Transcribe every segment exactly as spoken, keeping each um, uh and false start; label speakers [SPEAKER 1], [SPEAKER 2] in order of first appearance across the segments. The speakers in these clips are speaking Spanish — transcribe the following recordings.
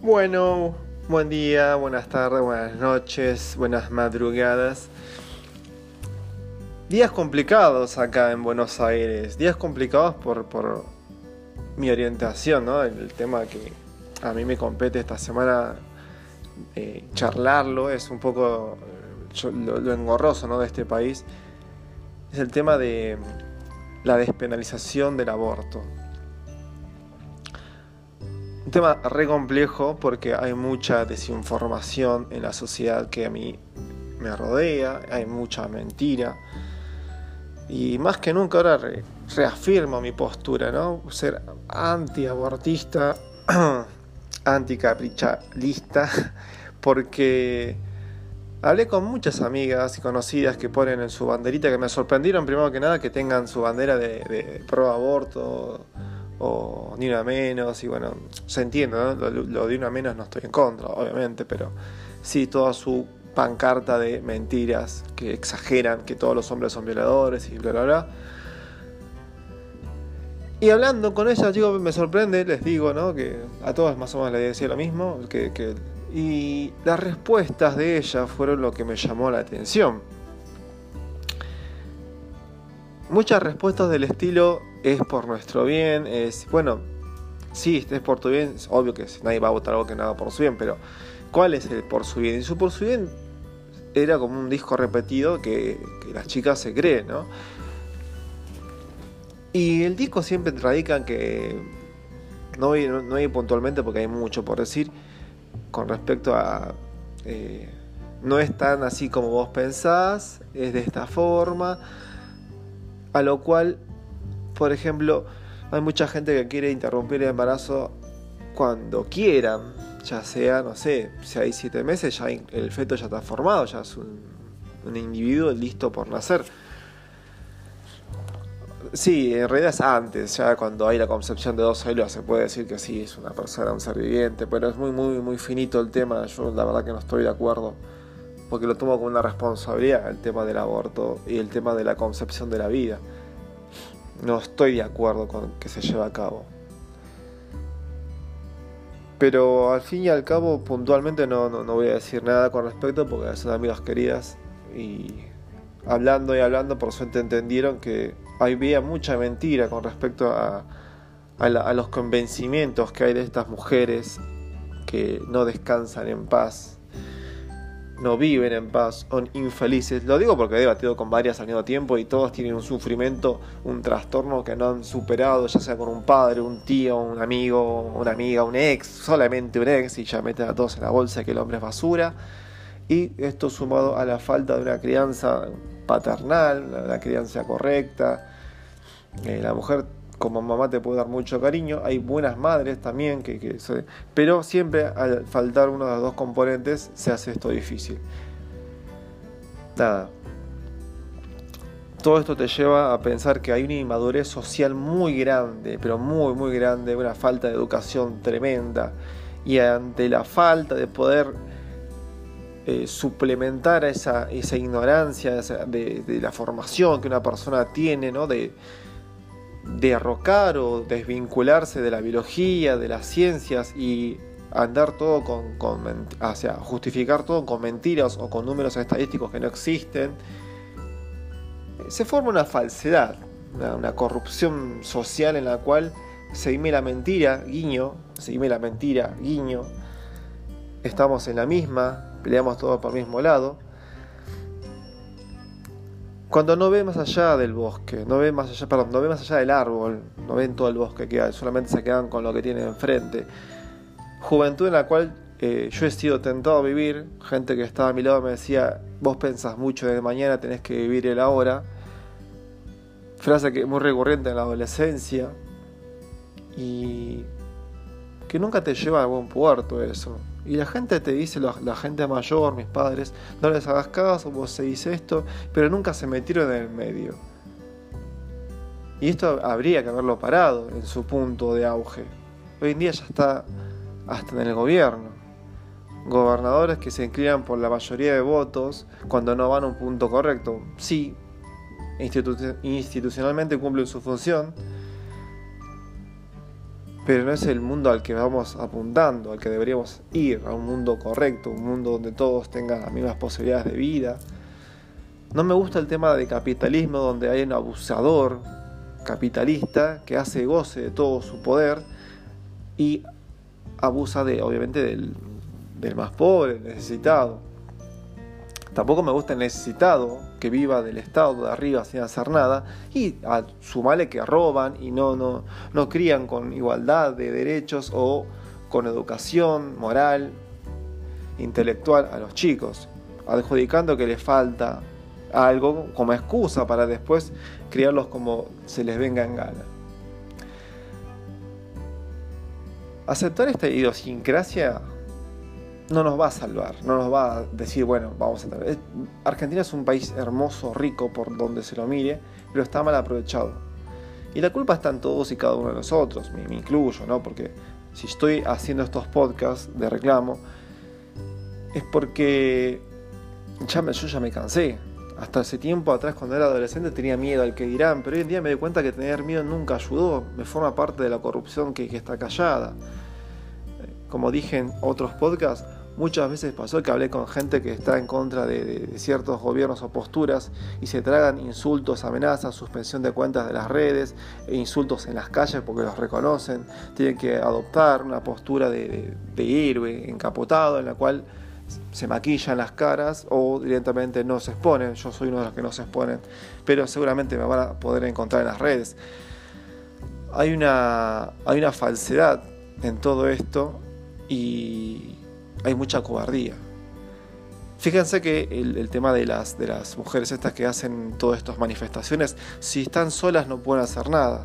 [SPEAKER 1] Bueno, buen día, buenas tardes, buenas noches, buenas madrugadas. Días complicados acá en Buenos Aires, días complicados por, por mi orientación, ¿no? El, el tema que a mí me compete esta semana eh, charlarlo, es un poco yo, lo, lo engorroso, ¿no? De este país, es el tema de la despenalización del aborto. Un tema re complejo porque hay mucha desinformación en la sociedad que a mí me rodea, hay mucha mentira. Y más que nunca ahora re, reafirmo mi postura, ¿no? Ser antiabortista, anticaprichalista, porque hablé con muchas amigas y conocidas que ponen en su banderita, que me sorprendieron primero que nada que tengan su bandera de, de pro aborto o ni una menos, y bueno, se entiende, ¿no? Lo, lo de una menos no estoy en contra, obviamente, pero sí toda su pancarta de mentiras que exageran que todos los hombres son violadores y bla bla bla. Y hablando con ella, chicos, me sorprende, les digo, ¿no? Que a todos más o menos les decía lo mismo, que, que, y las respuestas de ella fueron lo que me llamó la atención. Muchas respuestas del estilo: es por nuestro bien, es, bueno, sí, es por tu bien, es obvio que nadie va a votar algo que no haga por su bien, pero ¿cuál es el por su bien? Y su por su bien era como un disco repetido que, que las chicas se creen, ¿no? Y el disco siempre radica en que, no voy, no, no voy puntualmente porque hay mucho por decir, con respecto a, eh, no es tan así como vos pensás, es de esta forma, a lo cual, por ejemplo, hay mucha gente que quiere interrumpir el embarazo cuando quieran, ya sea, no sé, si hay siete meses, ya el feto ya está formado, ya es un, un individuo listo por nacer. Sí, en realidad es antes, ya cuando hay la concepción de dos células se puede decir que sí, es una persona, un ser viviente, pero es muy, muy, muy finito el tema. Yo la verdad que no estoy de acuerdo, porque lo tomo como una responsabilidad el tema del aborto y el tema de la concepción de la vida. No estoy de acuerdo con que se lleve a cabo. Pero al fin y al cabo, puntualmente no, no, no voy a decir nada con respecto, porque son amigas queridas y hablando y hablando, por suerte entendieron que había mucha mentira con respecto a, a, la, a los convencimientos que hay de estas mujeres que no descansan en paz, no viven en paz, son infelices. Lo digo porque he debatido con varias al mismo tiempo y todos tienen un sufrimiento, un trastorno que no han superado, ya sea con un padre, un tío, un amigo, una amiga, un ex, solamente un ex, y ya meten a todos en la bolsa que el hombre es basura. Y esto sumado a la falta de una crianza paternal, una crianza correcta. Eh, la mujer como mamá te puede dar mucho cariño, hay buenas madres también, que, que se, pero siempre al faltar uno de los dos componentes se hace esto difícil. Nada. Todo esto te lleva a pensar que hay una inmadurez social muy grande, pero muy muy grande, una falta de educación tremenda, y ante la falta de poder Eh, suplementar esa, esa ignorancia esa, de, de la formación que una persona tiene, ¿no? de derrocar o desvincularse de la biología, de las ciencias, y andar todo con, con o sea, justificar todo con mentiras o con números estadísticos que no existen, se forma una falsedad, una, una corrupción social en la cual seguime la mentira, guiño, seguime la mentira, guiño, estamos en la misma, peleamos todos por el mismo lado. Cuando no ve más allá del bosque, no ve más allá, perdón, no ve más allá del árbol, no ven todo el bosque que hay, solamente se quedan con lo que tienen enfrente. Juventud en la cual eh, yo he sido tentado a vivir. Gente que estaba a mi lado me decía: vos pensás mucho de mañana, tenés que vivir el ahora. Frase que es muy recurrente en la adolescencia y que nunca te lleva a buen puerto eso. Y la gente te dice, la, la gente mayor, mis padres, no les hagas caso, vos se dice esto, pero nunca se metieron en el medio. Y esto habría que haberlo parado en su punto de auge. Hoy en día ya está hasta en el gobierno. Gobernadores que se inclinan por la mayoría de votos cuando no van a un punto correcto. Sí, institu- institucionalmente cumplen su función, pero no es el mundo al que vamos apuntando, al que deberíamos ir, a un mundo correcto, un mundo donde todos tengan las mismas posibilidades de vida. No me gusta el tema de capitalismo, donde hay un abusador capitalista que hace goce de todo su poder y abusa de, obviamente, del, del más pobre, el necesitado. Tampoco me gusta el necesitado que viva del Estado de arriba sin hacer nada, y a sumarle que roban y no, no, no crían con igualdad de derechos o con educación moral, intelectual a los chicos, adjudicando que les falta algo como excusa para después criarlos como se les venga en gana. Aceptar esta idiosincrasia no nos va a salvar, no nos va a decir, bueno, vamos a tener... Argentina es un país hermoso, rico por donde se lo mire, pero está mal aprovechado. Y la culpa está en todos y cada uno de nosotros, me, me incluyo, ¿no? Porque si estoy haciendo estos podcasts de reclamo, es porque ya me, yo ya me cansé. Hasta hace tiempo atrás, cuando era adolescente, tenía miedo al que dirán, pero hoy en día me doy cuenta que tener miedo nunca ayudó, me forma parte de la corrupción que, que está callada. Como dije en otros podcasts, muchas veces pasó que hablé con gente que está en contra de, de, de ciertos gobiernos o posturas y se tragan insultos, amenazas, suspensión de cuentas de las redes, e insultos en las calles porque los reconocen. Tienen que adoptar una postura de, de, de héroe encapotado en la cual se maquillan las caras o directamente no se exponen. Yo soy uno de los que no se exponen, pero seguramente me van a poder encontrar en las redes. Hay una, hay una falsedad en todo esto y hay mucha cobardía. Fíjense que el, el tema de las, de las mujeres estas que hacen todas estas manifestaciones, si están solas no pueden hacer nada.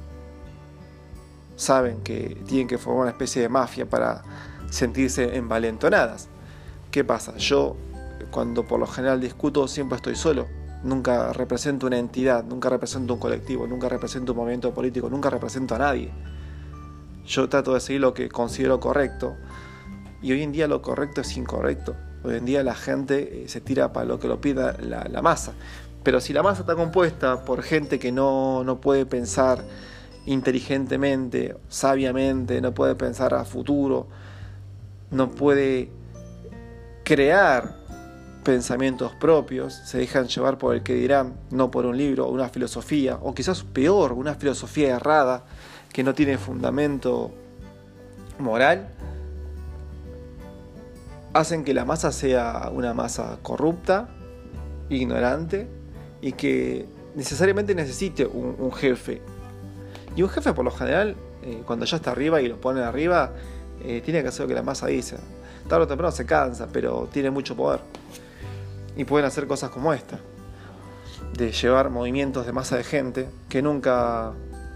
[SPEAKER 1] Saben que tienen que formar una especie de mafia para sentirse envalentonadas. ¿Qué pasa? Yo, cuando por lo general discuto, siempre estoy solo. Nunca represento una entidad, nunca represento un colectivo, nunca represento un movimiento político, nunca represento a nadie. Yo trato de seguir lo que considero correcto, y hoy en día lo correcto es incorrecto. Hoy en día la gente se tira para lo que lo pida la, la masa. Pero si la masa está compuesta por gente que no, no puede pensar inteligentemente, sabiamente, no puede pensar a futuro, no puede crear pensamientos propios, se dejan llevar por el que dirán, no por un libro o una filosofía, o quizás peor, una filosofía errada que no tiene fundamento moral, hacen que la masa sea una masa corrupta, ignorante y que necesariamente necesite un, un jefe. Y un jefe, por lo general, eh, cuando ya está arriba y lo ponen arriba, eh, tiene que hacer lo que la masa dice. Tarde o temprano se cansa, pero tiene mucho poder. Y pueden hacer cosas como esta, de llevar movimientos de masa de gente que nunca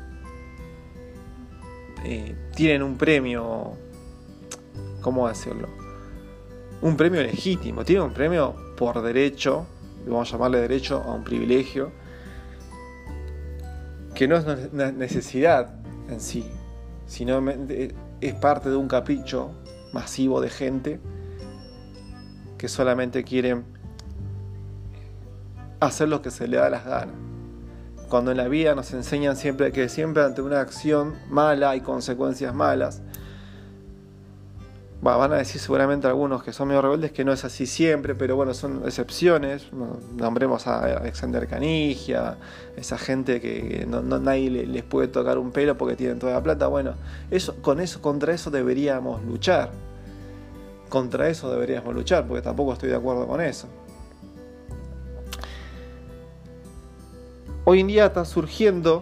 [SPEAKER 1] eh, tienen un premio, ¿cómo decirlo? Un premio legítimo, tienen un premio por derecho, vamos a llamarle derecho a un privilegio, que no es una necesidad en sí, sino es parte de un capricho masivo de gente que solamente quieren hacer lo que se le da las ganas. Cuando en la vida nos enseñan siempre que siempre ante una acción mala hay consecuencias malas. Va, van a decir seguramente algunos que son medio rebeldes que no es así siempre, pero bueno, son excepciones. Nombremos a Alexander Canigia, esa gente que no, no, nadie les puede tocar un pelo porque tienen toda la plata. Bueno, eso, con eso, contra eso deberíamos luchar. Contra eso deberíamos luchar, porque tampoco estoy de acuerdo con eso. Hoy en día está surgiendo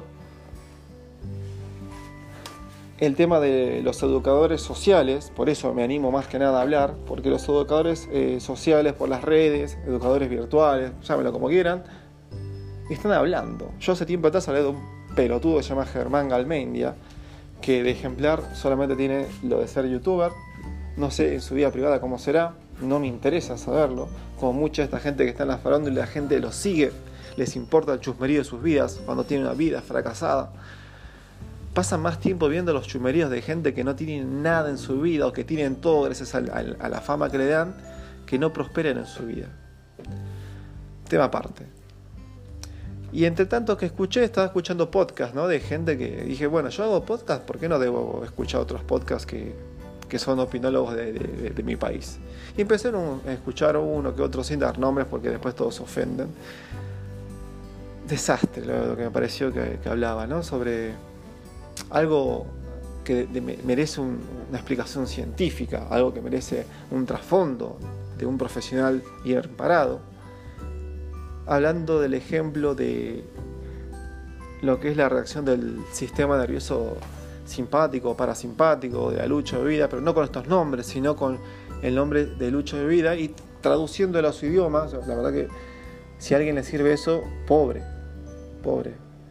[SPEAKER 1] el tema de los educadores sociales, por eso me animo más que nada a hablar, porque los educadores eh, sociales por las redes, educadores virtuales, llámenlo como quieran, están hablando. Yo hace tiempo atrás hablé de un pelotudo que se llama Germán Galmendia, que de ejemplar solamente tiene lo de ser youtuber. No sé en su vida privada cómo será, no me interesa saberlo. Como mucha de esta gente que está en la farándula y la gente los sigue, les importa el chusmerío de sus vidas cuando tienen una vida fracasada. Pasan más tiempo viendo los chusmeríos de gente que no tienen nada en su vida o que tienen todo gracias a, a, a la fama que le dan, que no prosperan en su vida. Tema aparte. Y entre tanto que escuché, estaba escuchando podcasts, ¿no? De gente que dije, bueno, yo hago podcast, ¿por qué no debo escuchar otros podcasts que, que son opinólogos de, de, de, de mi país? Y empecé a escuchar uno que otro sin dar nombres porque después todos se ofenden. Desastre lo, lo que me pareció que, que hablaba, ¿no? Sobre algo que de, de, merece un, una explicación científica, algo que merece un trasfondo de un profesional bien parado. Hablando del ejemplo de lo que es la reacción del sistema nervioso simpático o parasimpático, de la lucha de vida, pero no con estos nombres, sino con el nombre de lucha de vida, y traduciéndolo a su idioma. La verdad que si a alguien le sirve eso, pobre, pobre,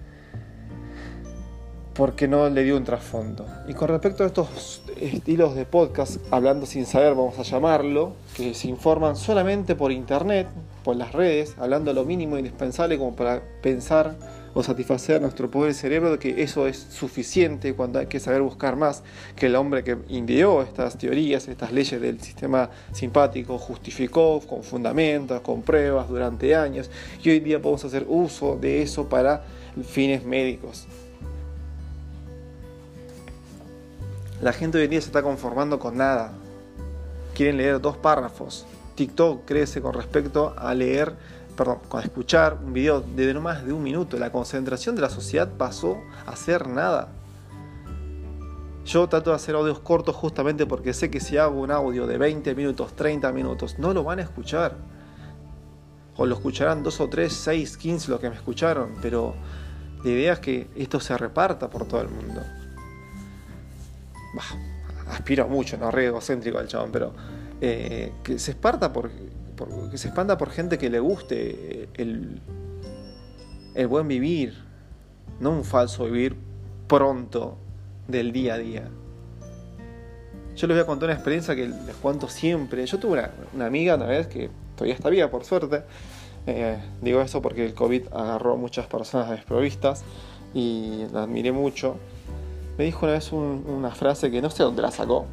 [SPEAKER 1] porque no le dio un trasfondo. Y con respecto a estos estilos de podcast, hablando sin saber, vamos a llamarlo, que se informan solamente por internet, por las redes, hablando lo mínimo indispensable como para pensar o satisfacer nuestro pobre cerebro, de que eso es suficiente cuando hay que saber buscar más, que el hombre que ideó estas teorías, estas leyes del sistema simpático, justificó con fundamentos, con pruebas durante años, y hoy día podemos hacer uso de eso para fines médicos. La gente hoy en día se está conformando con nada. Quieren leer dos párrafos. TikTok crece con respecto a leer, perdón, con escuchar un video de no más de un minuto. La concentración de la sociedad pasó a hacer nada. Yo trato de hacer audios cortos justamente porque sé que si hago un audio de veinte minutos, treinta minutos, no lo van a escuchar. O lo escucharán dos o tres, seis, quince los que me escucharon, pero la idea es que esto se reparta por todo el mundo. Bah, aspiro mucho, no re egocéntrico al chabón, pero eh, que se esparta por, por que se expanda por gente que le guste el, el buen vivir, no un falso vivir pronto del día a día. Yo les voy a contar una experiencia que les cuento siempre. Yo tuve una, una amiga una vez que todavía está viva, por suerte. Eh, digo eso porque el COVID agarró a muchas personas desprovistas y la admiré mucho. Me dijo una vez un, una frase que no sé dónde la sacó,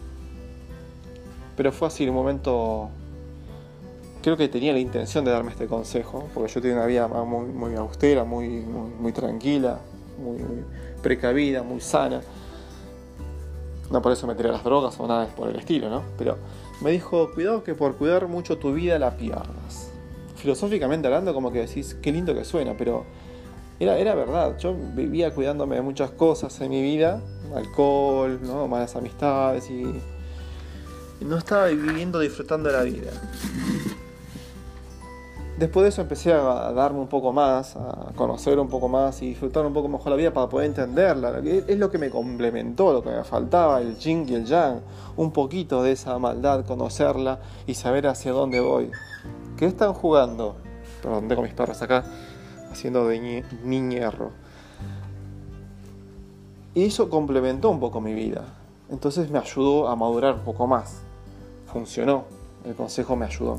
[SPEAKER 1] pero fue así, en un momento, creo que tenía la intención de darme este consejo, porque yo tenía una vida muy, muy austera, muy, muy, muy tranquila, muy, muy precavida, muy sana. No por eso me tiré a las drogas o nada por el estilo, ¿no? Pero me dijo, cuidado que por cuidar mucho tu vida la pierdas. Filosóficamente hablando, como que decís, qué lindo que suena, pero Era, era verdad. Yo vivía cuidándome de muchas cosas en mi vida, alcohol, ¿no? Malas amistades, y, y no estaba viviendo, disfrutando de la vida. Después de eso empecé a darme un poco más, a conocer un poco más y disfrutar un poco mejor la vida para poder entenderla. Es lo que me complementó, lo que me faltaba, el yin y el yang, un poquito de esa maldad, conocerla y saber hacia dónde voy. ¿Qué están jugando? Perdón, tengo mis perros acá haciendo de niñerro. Y eso complementó un poco mi vida. Entonces me ayudó a madurar un poco más. Funcionó. El consejo me ayudó.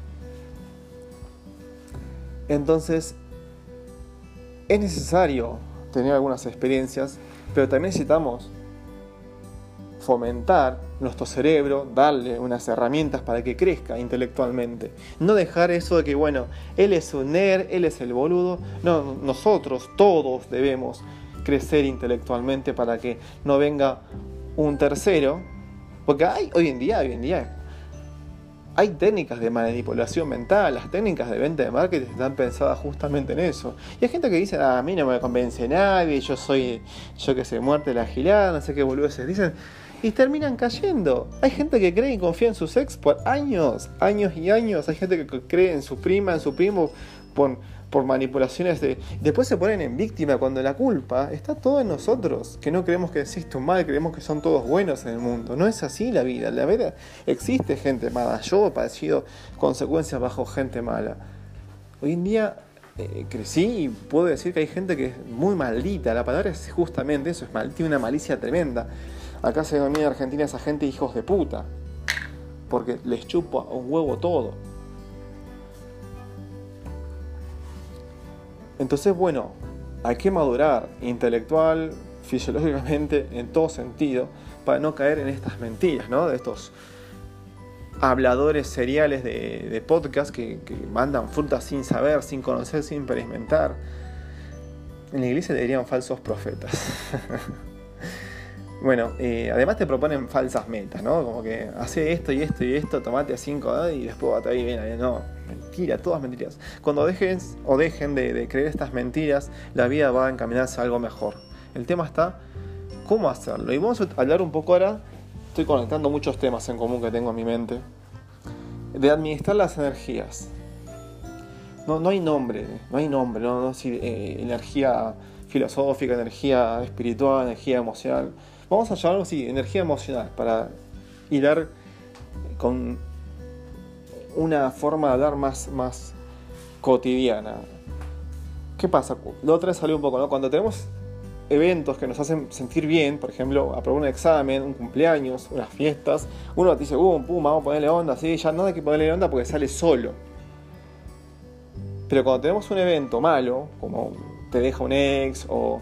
[SPEAKER 1] Entonces, es necesario tener algunas experiencias, pero también necesitamos fomentar nuestro cerebro, darle unas herramientas para que crezca intelectualmente. No dejar eso de que, bueno, él es un nerd, él es el boludo. No, nosotros todos debemos crecer intelectualmente para que no venga un tercero. Porque hay, hoy en día, hoy en día, hay técnicas de manipulación mental, las técnicas de venta de marketing están pensadas justamente en eso. Y hay gente que dice, ah, a mí no me convence nadie, yo soy, yo que sé, muerte de la gilada, no sé qué boludeces dicen. Y terminan cayendo. Hay gente que cree y confía en su ex por años, años y años. Hay gente que cree en su prima, en su primo, por, por manipulaciones de... Después se ponen en víctima cuando la culpa está todo en nosotros. Que no creemos que existe un mal, creemos que son todos buenos en el mundo. No es así la vida. La vida existe gente mala. Yo he padecido consecuencias bajo gente mala. Hoy en día eh, crecí y puedo decir que hay gente que es muy maldita. La palabra es justamente eso, es mal, tiene una malicia tremenda. Acá se denomina en Argentina esa gente hijos de puta, porque les chupa un huevo todo. Entonces, bueno, hay que madurar intelectual, fisiológicamente, en todo sentido, para no caer en estas mentiras, ¿no? De estos habladores seriales de, de podcast que, que mandan frutas sin saber, sin conocer, sin experimentar. En la iglesia le dirían falsos profetas. Bueno, eh, además te proponen falsas metas, ¿no? Como que hace esto y esto y esto, tomate a cinco ¿eh? Y después bate ahí, bien, ahí. No, mentira, todas mentiras. Cuando dejes o dejen de, de creer estas mentiras, la vida va a encaminarse a algo mejor. El tema está, ¿cómo hacerlo? Y vamos a hablar un poco ahora, estoy conectando muchos temas en común que tengo en mi mente, de administrar las energías. No, no hay nombre, no hay nombre, no, no si, eh, energía filosófica, energía espiritual, energía emocional. Vamos a llamarlo así, energía emocional, para hilar con una forma de hablar más, más cotidiana. ¿Qué pasa? La otra vez salió un poco, ¿no? Cuando tenemos eventos que nos hacen sentir bien, por ejemplo, aprobar un examen, un cumpleaños, unas fiestas, uno te dice, pum, pum, vamos a ponerle onda, así, ya no hay que ponerle onda porque sale solo. Pero cuando tenemos un evento malo, como te deja un ex o,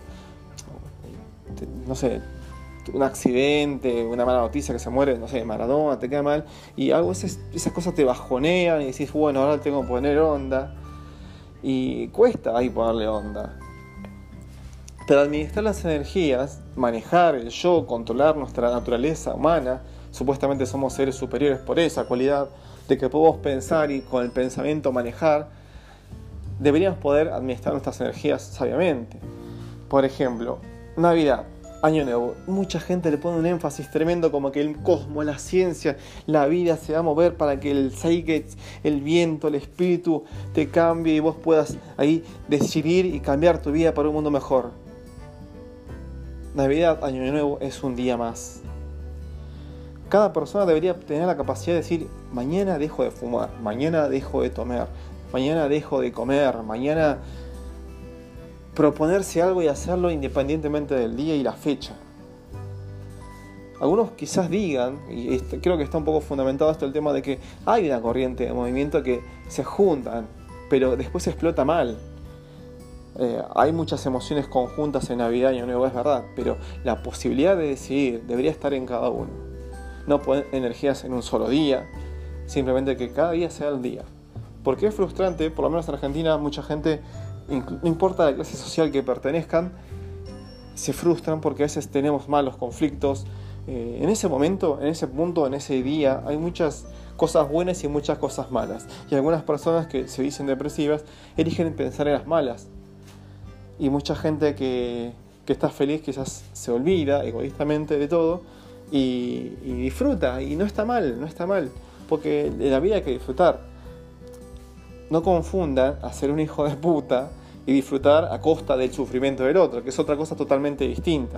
[SPEAKER 1] no sé, un accidente, una mala noticia que se muere, no sé, Maradona, te queda mal, y algo esas, esas cosas te bajonean y decís, bueno, ahora tengo que poner onda, y cuesta ahí ponerle onda. Pero administrar las energías, manejar el yo, controlar nuestra naturaleza humana, supuestamente somos seres superiores por esa cualidad de que podemos pensar y con el pensamiento manejar, deberíamos poder administrar nuestras energías sabiamente. Por ejemplo, Navidad, Año Nuevo, mucha gente le pone un énfasis tremendo como que el cosmos, la ciencia, la vida se va a mover para que el Zeitgeist, el viento, el espíritu te cambie y vos puedas ahí decidir y cambiar tu vida para un mundo mejor. Navidad, Año Nuevo es un día más. Cada persona debería tener la capacidad de decir, mañana dejo de fumar, mañana dejo de tomar, mañana dejo de comer, mañana proponerse algo y hacerlo independientemente del día y la fecha. Algunos quizás digan, y este, creo que está un poco fundamentado esto el tema de que hay una corriente de movimiento que se juntan, pero después explota mal. Eh, hay muchas emociones conjuntas en Navidad y Año Nuevo, es verdad, pero la posibilidad de decidir debería estar en cada uno. No poner energías en un solo día, simplemente que cada día sea el día. Porque es frustrante, por lo menos en Argentina, mucha gente, no importa la clase social que pertenezcan, se frustran porque a veces tenemos malos conflictos. Eh, en ese momento, en ese punto, en ese día, hay muchas cosas buenas y muchas cosas malas. Y algunas personas que se dicen depresivas eligen pensar en las malas. Y mucha gente que, que está feliz quizás se olvida egoístamente de todo y, y disfruta. Y no está mal, no está mal. Porque de la vida hay que disfrutar. No confundan a ser un hijo de puta y disfrutar a costa del sufrimiento del otro, que es otra cosa totalmente distinta.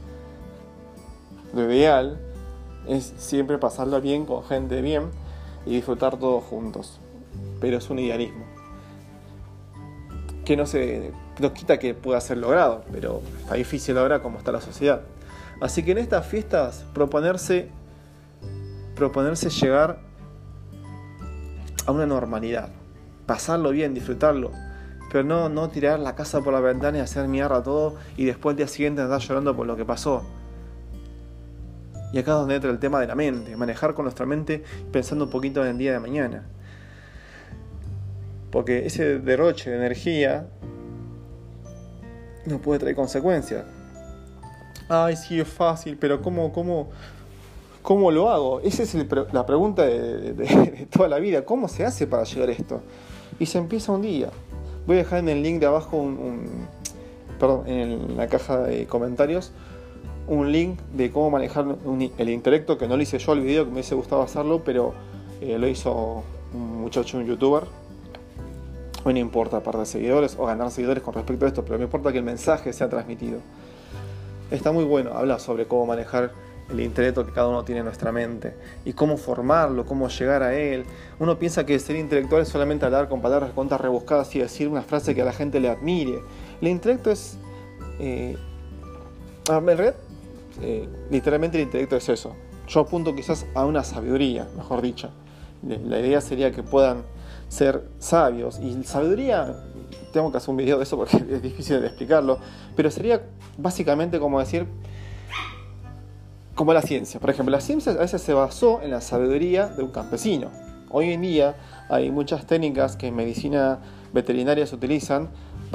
[SPEAKER 1] Lo ideal es siempre pasarlo bien con gente bien y disfrutar todos juntos. Pero es un idealismo que no se no quita que pueda ser logrado, pero está difícil ahora como está la sociedad. Así que en estas fiestas proponerse proponerse llegar a una normalidad, pasarlo bien, disfrutarlo, pero no, no tirar la casa por la ventana y hacer mierda todo y después el día siguiente andar llorando por lo que pasó. Y acá es donde entra el tema de la mente, manejar con nuestra mente pensando un poquito en el día de mañana. Porque ese derroche de energía nos puede traer consecuencias. Ay, sí, es fácil, pero ¿cómo, cómo, cómo lo hago? Esa es el, la pregunta de, de, de toda la vida. ¿Cómo se hace para llegar a esto? Y se empieza un día. Voy a dejar en el link de abajo, un, un, perdón, en la caja de comentarios, un link de cómo manejar un, el intelecto, que no lo hice yo el video, que me hubiese gustado hacerlo, pero eh, lo hizo un muchacho, un youtuber. Hoy no importa perder seguidores o ganar seguidores con respecto a esto, pero me importa que el mensaje sea transmitido. Está muy bueno, habla sobre cómo manejar el intelecto que cada uno tiene en nuestra mente y cómo formarlo, cómo llegar a él. Uno piensa que ser intelectual es solamente hablar con palabras contas rebuscadas y decir una frase que a la gente le admire. El intelecto es... Eh, en realidad, eh, literalmente el intelecto es eso. Yo apunto quizás a una sabiduría, mejor dicho. La idea sería que puedan ser sabios. Y sabiduría, tengo que hacer un video de eso porque es difícil de explicarlo, pero sería básicamente como decir, como la ciencia. Por ejemplo, la ciencia a veces se basó en la sabiduría de un campesino. Hoy en día hay muchas técnicas que en medicina veterinaria se utilizan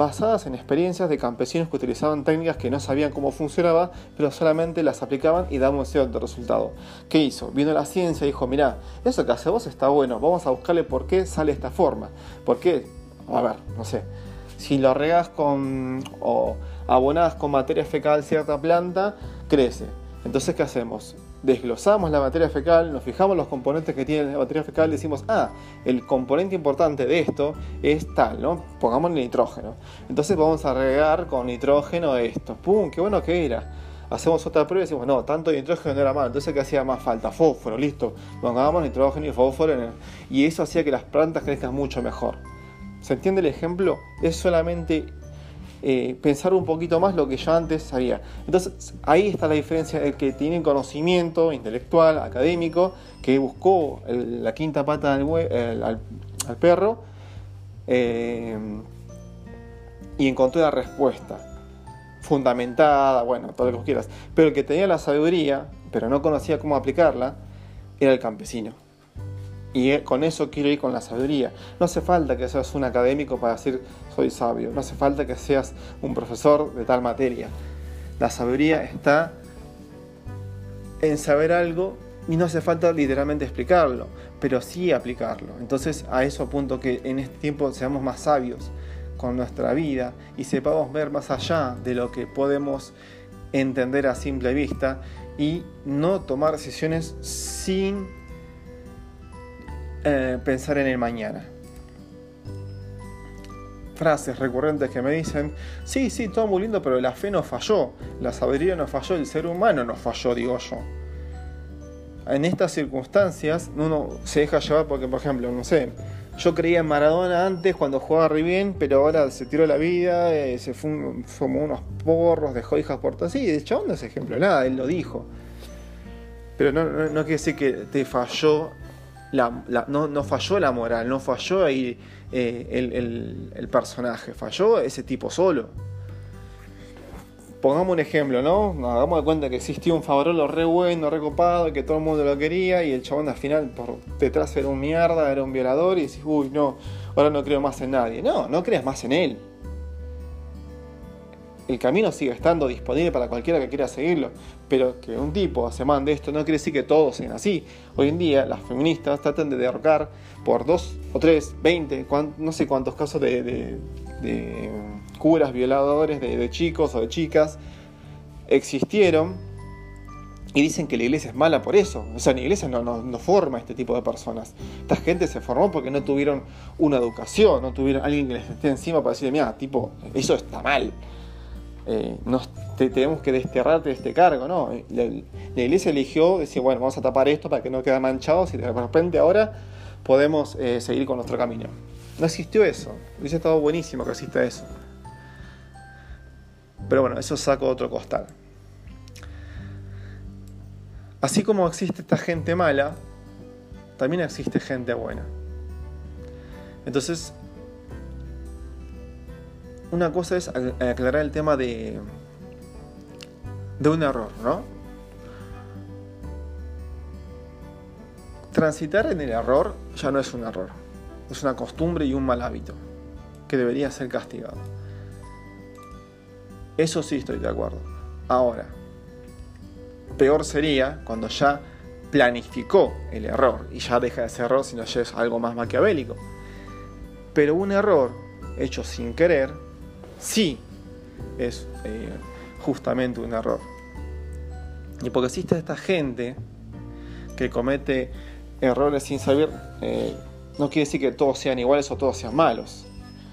[SPEAKER 1] basadas en experiencias de campesinos que utilizaban técnicas que no sabían cómo funcionaba, pero solamente las aplicaban y daban un cierto resultado. ¿Qué hizo? Vino la ciencia y dijo, mirá, eso que hace vos está bueno, vamos a buscarle por qué sale de esta forma. ¿Por qué? A ver, no sé, si lo regás con o abonás con materia fecal cierta planta, crece. Entonces, ¿qué hacemos? Desglosamos la materia fecal, nos fijamos los componentes que tiene la materia fecal y decimos, ah, el componente importante de esto es tal, ¿no? Pongamos nitrógeno. Entonces vamos a regar con nitrógeno esto. ¡Pum! ¡Qué bueno que era! Hacemos otra prueba y decimos, no, tanto nitrógeno no era mal. Entonces, ¿qué hacía más falta? Fósforo, listo. Pongamos nitrógeno y fósforo. En el... Y eso hacía que las plantas crezcan mucho mejor. ¿Se entiende el ejemplo? Es solamente... Eh, pensar un poquito más lo que yo antes sabía. Entonces ahí está la diferencia del que tiene conocimiento intelectual, académico, que buscó el, la quinta pata del hue- el, al, al perro eh, y encontró la respuesta fundamentada, bueno, todo lo que vos quieras, pero el que tenía la sabiduría pero no conocía cómo aplicarla era el campesino. Y con eso quiero ir con la sabiduría. No hace falta que seas un académico para decir soy sabio. No hace falta que seas un profesor de tal materia. La sabiduría está en saber algo y no hace falta literalmente explicarlo, pero sí aplicarlo. Entonces a eso apunto, que en este tiempo seamos más sabios con nuestra vida y sepamos ver más allá de lo que podemos entender a simple vista y no tomar decisiones sin Eh, pensar en el mañana. Frases recurrentes que me dicen, sí, sí, todo muy lindo, pero la fe no falló, la sabiduría no falló, el ser humano no falló, digo yo. En estas circunstancias uno se deja llevar porque, por ejemplo, no sé, yo creía en Maradona antes cuando jugaba re bien, pero ahora se tiró la vida, eh, se fumó, fumó unos porros, dejó hijas por todo. Sí, de chabón no es ejemplo nada, él lo dijo. Pero no, no, no quiere decir que te falló La, la, no, no falló la moral, no falló ahí eh, el, el, el personaje, falló ese tipo solo. Pongamos un ejemplo, ¿no? Nos hagamos de cuenta que existía un Favrolo re bueno, re copado, y que todo el mundo lo quería, y el chabón al final por detrás era un mierda, era un violador, y decís, uy, no, ahora no creo más en nadie. No, no creas más en él. El camino sigue estando disponible para cualquiera que quiera seguirlo, pero que un tipo se mande esto no quiere decir que todos sean así. Hoy en día las feministas tratan de derrocar por dos o tres, veinte, no sé cuántos casos de, de, de curas violadores de, de chicos o de chicas existieron, y dicen que la iglesia es mala por eso. O sea, la iglesia no, no, no forma este tipo de personas. Esta gente se formó porque no tuvieron una educación, no tuvieron alguien que les esté encima para decirle, mira, tipo, eso está mal. Eh, nos, te, tenemos que desterrarte de este cargo, ¿no? La, la iglesia eligió decir, bueno, vamos a tapar esto para que no quede manchado, y de repente ahora podemos eh, seguir con nuestro camino. No existió eso. Hubiese estado buenísimo que exista eso. Pero bueno, eso saco otro costal. Así como existe esta gente mala, también existe gente buena. Entonces, una cosa es aclarar el tema de, de un error, ¿no? Transitar en el error ya no es un error, es una costumbre y un mal hábito que debería ser castigado. Eso sí estoy de acuerdo. Ahora, peor sería cuando ya planificó el error y ya deja de ser error, sino ya es algo más maquiavélico. Pero un error hecho sin querer sí es eh, justamente un error. Y porque existe esta gente que comete errores sin saber, eh, no quiere decir que todos sean iguales o todos sean malos.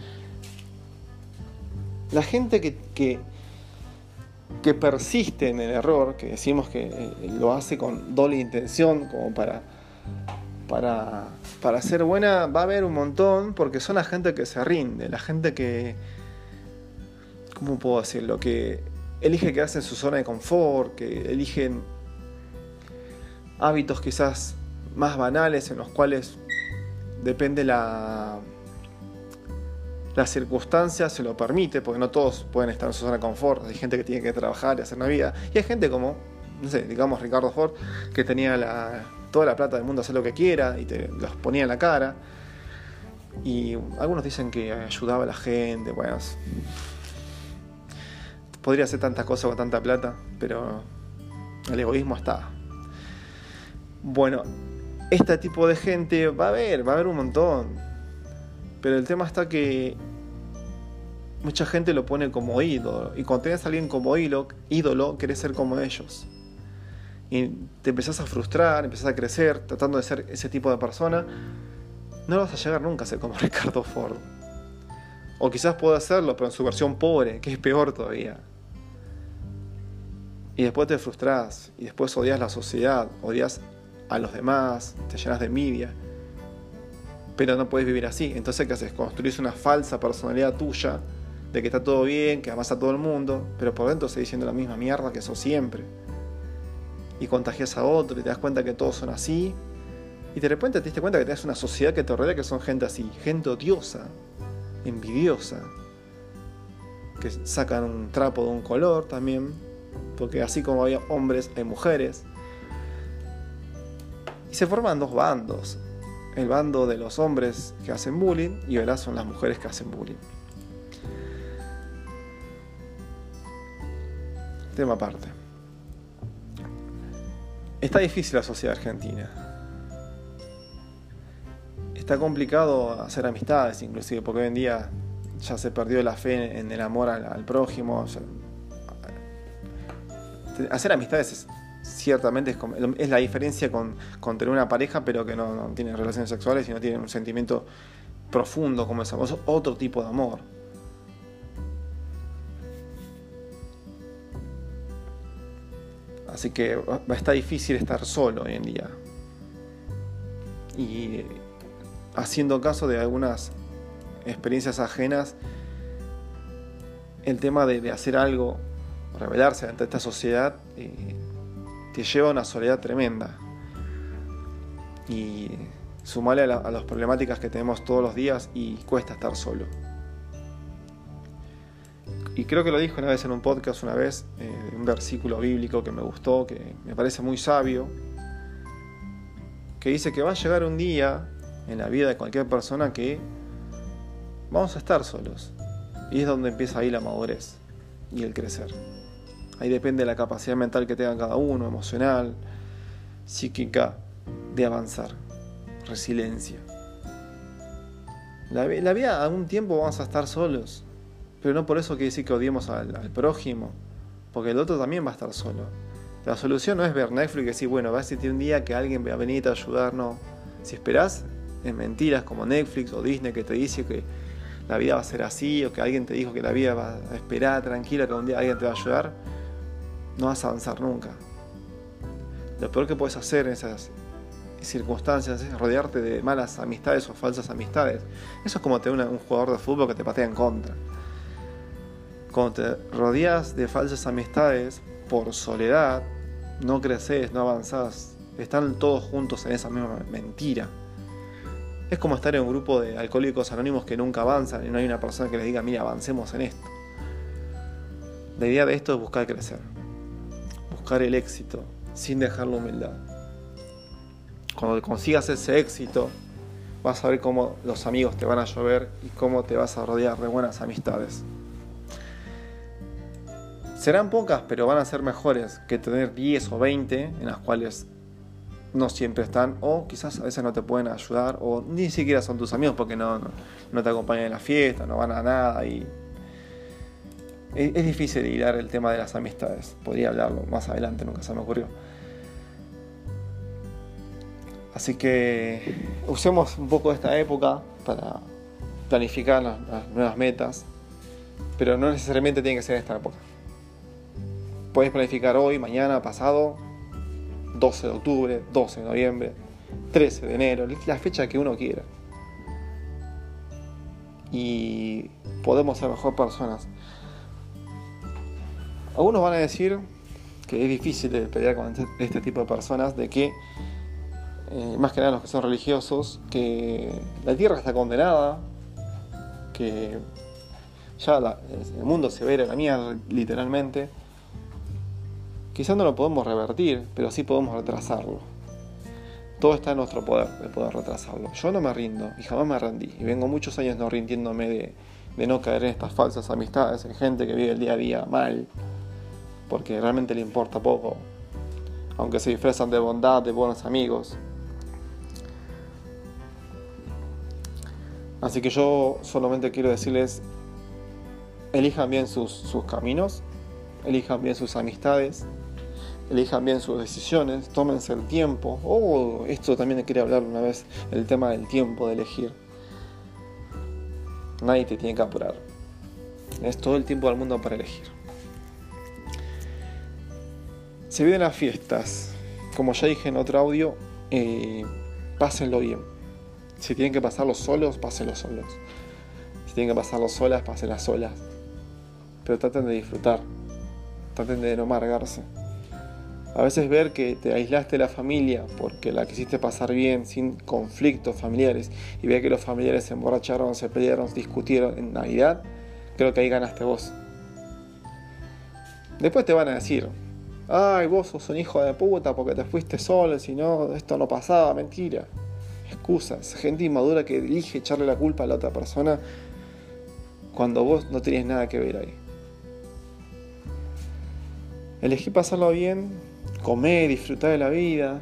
[SPEAKER 1] La gente que, que, que persiste en el error, que decimos que eh, lo hace con doble intención, como para, para, para ser buena, va a haber un montón, porque son la gente que se rinde, la gente que, ¿cómo puedo decirlo? Que elige quedarse en su zona de confort, que eligen hábitos quizás más banales en los cuales depende la, la circunstancia, se lo permite, porque no todos pueden estar en su zona de confort. Hay gente que tiene que trabajar y hacer una vida, y hay gente como, no sé, digamos Ricardo Ford, que tenía la, toda la plata del mundo, hacer lo que quiera y te los ponía en la cara. Y algunos dicen que ayudaba a la gente. Bueno, podría hacer tantas cosas con tanta plata, pero el egoísmo está. Bueno, este tipo de gente va a haber, va a haber un montón. Pero el tema está que mucha gente lo pone como ídolo. Y cuando tenés a alguien como ídolo, ídolo, querés ser como ellos. Y te empezás a frustrar, empezás a crecer tratando de ser ese tipo de persona. No vas a llegar nunca a ser como Ricardo Ford. O quizás pueda hacerlo, pero en su versión pobre, que es peor todavía. Y después te frustrás, y después odias la sociedad, odias a los demás, te llenas de envidia. Pero no puedes vivir así. Entonces, ¿qué haces? Construís una falsa personalidad tuya, de que está todo bien, que amas a todo el mundo, pero por dentro seguís diciendo la misma mierda que sos siempre. Y contagias a otro, y te das cuenta que todos son así. Y de repente te diste cuenta que tenés una sociedad que te rodea que son gente así, gente odiosa, envidiosa, que sacan un trapo de un color también, porque así como había hombres, hay mujeres. Y se forman dos bandos, el bando de los hombres que hacen bullying y ahora son las mujeres que hacen bullying. Tema aparte. Está difícil la sociedad argentina. Está complicado hacer amistades, inclusive, porque hoy en día ya se perdió la fe en el amor al, al prójimo. Ya, hacer amistades es, ciertamente es, es la diferencia con, con tener una pareja, pero que no, no tiene relaciones sexuales y no tiene un sentimiento profundo como ese amor. Es otro tipo de amor. Así que va a estar difícil estar solo hoy en día. Y haciendo caso de algunas experiencias ajenas, el tema de, de hacer algo, rebelarse ante esta sociedad, eh, te lleva a una soledad tremenda. Y sumarle a, la, a las problemáticas que tenemos todos los días y cuesta estar solo. Y creo que lo dijo una vez en un podcast, una vez, eh, un versículo bíblico que me gustó, que me parece muy sabio, que dice que va a llegar un día en la vida de cualquier persona que vamos a estar solos. Y es donde empieza ahí la madurez y el crecer. Ahí depende de la capacidad mental que tenga cada uno, emocional, psíquica, de avanzar. Resiliencia. La, la vida, algún tiempo vamos a estar solos. Pero no por eso quiere decir que odiemos al, al prójimo, porque el otro también va a estar solo. La solución no es ver Netflix y decir, bueno, va a existir un día que alguien va a venir a ayudar, no. Si esperás en mentiras como Netflix o Disney que te dice que la vida va a ser así, o que alguien te dijo que la vida va a esperar tranquila, que un día alguien te va a ayudar, no vas a avanzar nunca. Lo peor que puedes hacer en esas circunstancias es rodearte de malas amistades o falsas amistades. Eso es como tener una, un jugador de fútbol que te patea en contra. Cuando te rodeas de falsas amistades por soledad, no creces, no avanzás. Están todos juntos en esa misma mentira. Es como estar en un grupo de alcohólicos anónimos que nunca avanzan y no hay una persona que les diga, mira, avancemos en esto. La idea de esto es buscar crecer, buscar el éxito sin dejar la humildad. Cuando consigas ese éxito, vas a ver cómo los amigos te van a llover y cómo te vas a rodear de buenas amistades. Serán pocas, pero van a ser mejores que tener diez o veinte en las cuales no siempre están, o quizás a veces no te pueden ayudar, o ni siquiera son tus amigos porque no, no, no te acompañan en la fiesta, no van a nada. Y es, es difícil hilar el tema de las amistades. Podría hablarlo más adelante, nunca se me ocurrió. Así que usemos un poco esta época para planificar las, las nuevas metas, pero no necesariamente tiene que ser esta época. Podés planificar hoy, mañana, pasado, doce de octubre, doce de noviembre, trece de enero, la fecha que uno quiera. Y podemos ser mejor personas. Algunos van a decir que es difícil de pelear con este, este tipo de personas, de que, eh, más que nada los que son religiosos, que la tierra está condenada, que ya la, el mundo se va a ir a la mierda, literalmente. Quizás no lo podemos revertir, pero sí podemos retrasarlo. Todo está en nuestro poder de poder retrasarlo. Yo no me rindo y jamás me rendí. Y vengo muchos años no rindiéndome de, de no caer en estas falsas amistades, en gente que vive el día a día mal, porque realmente le importa poco, aunque se disfrazan de bondad, de buenos amigos. Así que yo solamente quiero decirles, elijan bien sus, sus caminos, elijan bien sus amistades, elijan bien sus decisiones, tómense el tiempo. Oh, esto también quería hablar una vez, el tema del tiempo de elegir. Nadie te tiene que apurar. Es todo el tiempo del mundo para elegir. Se vienen las fiestas. Como ya dije en otro audio, eh, pásenlo bien. Si tienen que pasarlo solos, pásenlo solos. Si tienen que pasarlo solas, pásenlas solas. Pero traten de disfrutar. Traten de no amargarse. A veces ver que te aislaste de la familia porque la quisiste pasar bien, sin conflictos familiares, y ver que los familiares se emborracharon, se pelearon, discutieron en Navidad, creo que ahí ganaste vos. Después te van a decir, ay, vos sos un hijo de puta porque te fuiste solo, si no, esto no pasaba. Mentira. Excusas. Gente inmadura que elige echarle la culpa a la otra persona cuando vos no tenés nada que ver ahí. Elegí pasarlo bien, comer, disfrutar de la vida,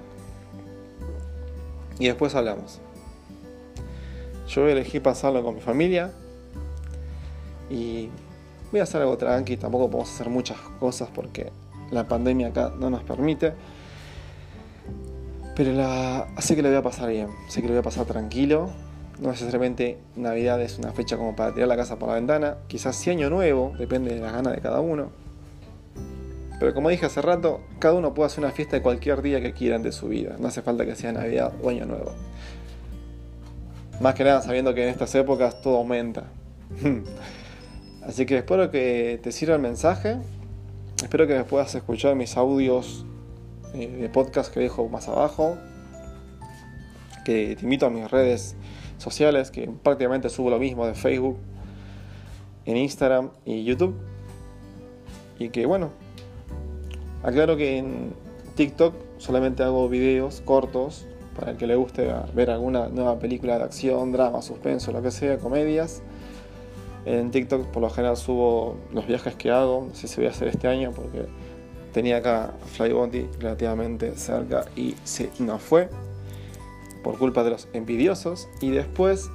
[SPEAKER 1] y después hablamos. Yo elegí pasarlo con mi familia y voy a hacer algo tranqui. Tampoco podemos hacer muchas cosas porque la pandemia acá no nos permite, pero la... sé que lo voy a pasar bien, sé que lo voy a pasar tranquilo. No necesariamente Navidad es una fecha como para tirar la casa por la ventana, quizás sí Año Nuevo, depende de las ganas de cada uno. Pero como dije hace rato, cada uno puede hacer una fiesta de cualquier día que quieran de su vida. No hace falta que sea Navidad o Año Nuevo. Más que nada sabiendo que en estas épocas todo aumenta. Así que espero que te sirva el mensaje. Espero que puedas escuchar mis audios eh, de podcast que dejo más abajo. Que te invito a mis redes sociales, que prácticamente subo lo mismo de Facebook, en Instagram y YouTube. Y que bueno, aclaro que en TikTok solamente hago videos cortos para el que le guste ver alguna nueva película de acción, drama, suspenso, lo que sea, comedias. En TikTok por lo general subo los viajes que hago. No sé si voy a hacer este año porque tenía acá Flybondi relativamente cerca y se nos fue por culpa de los envidiosos. Y después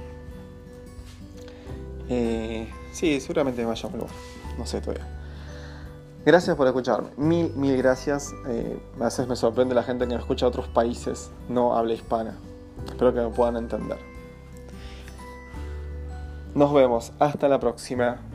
[SPEAKER 1] eh, sí, seguramente me vaya a volver, no sé todavía. Gracias por escucharme, mil, mil gracias. Eh, a veces me sorprende la gente que me escucha de otros países, no habla hispana. Espero que me puedan entender. Nos vemos, hasta la próxima.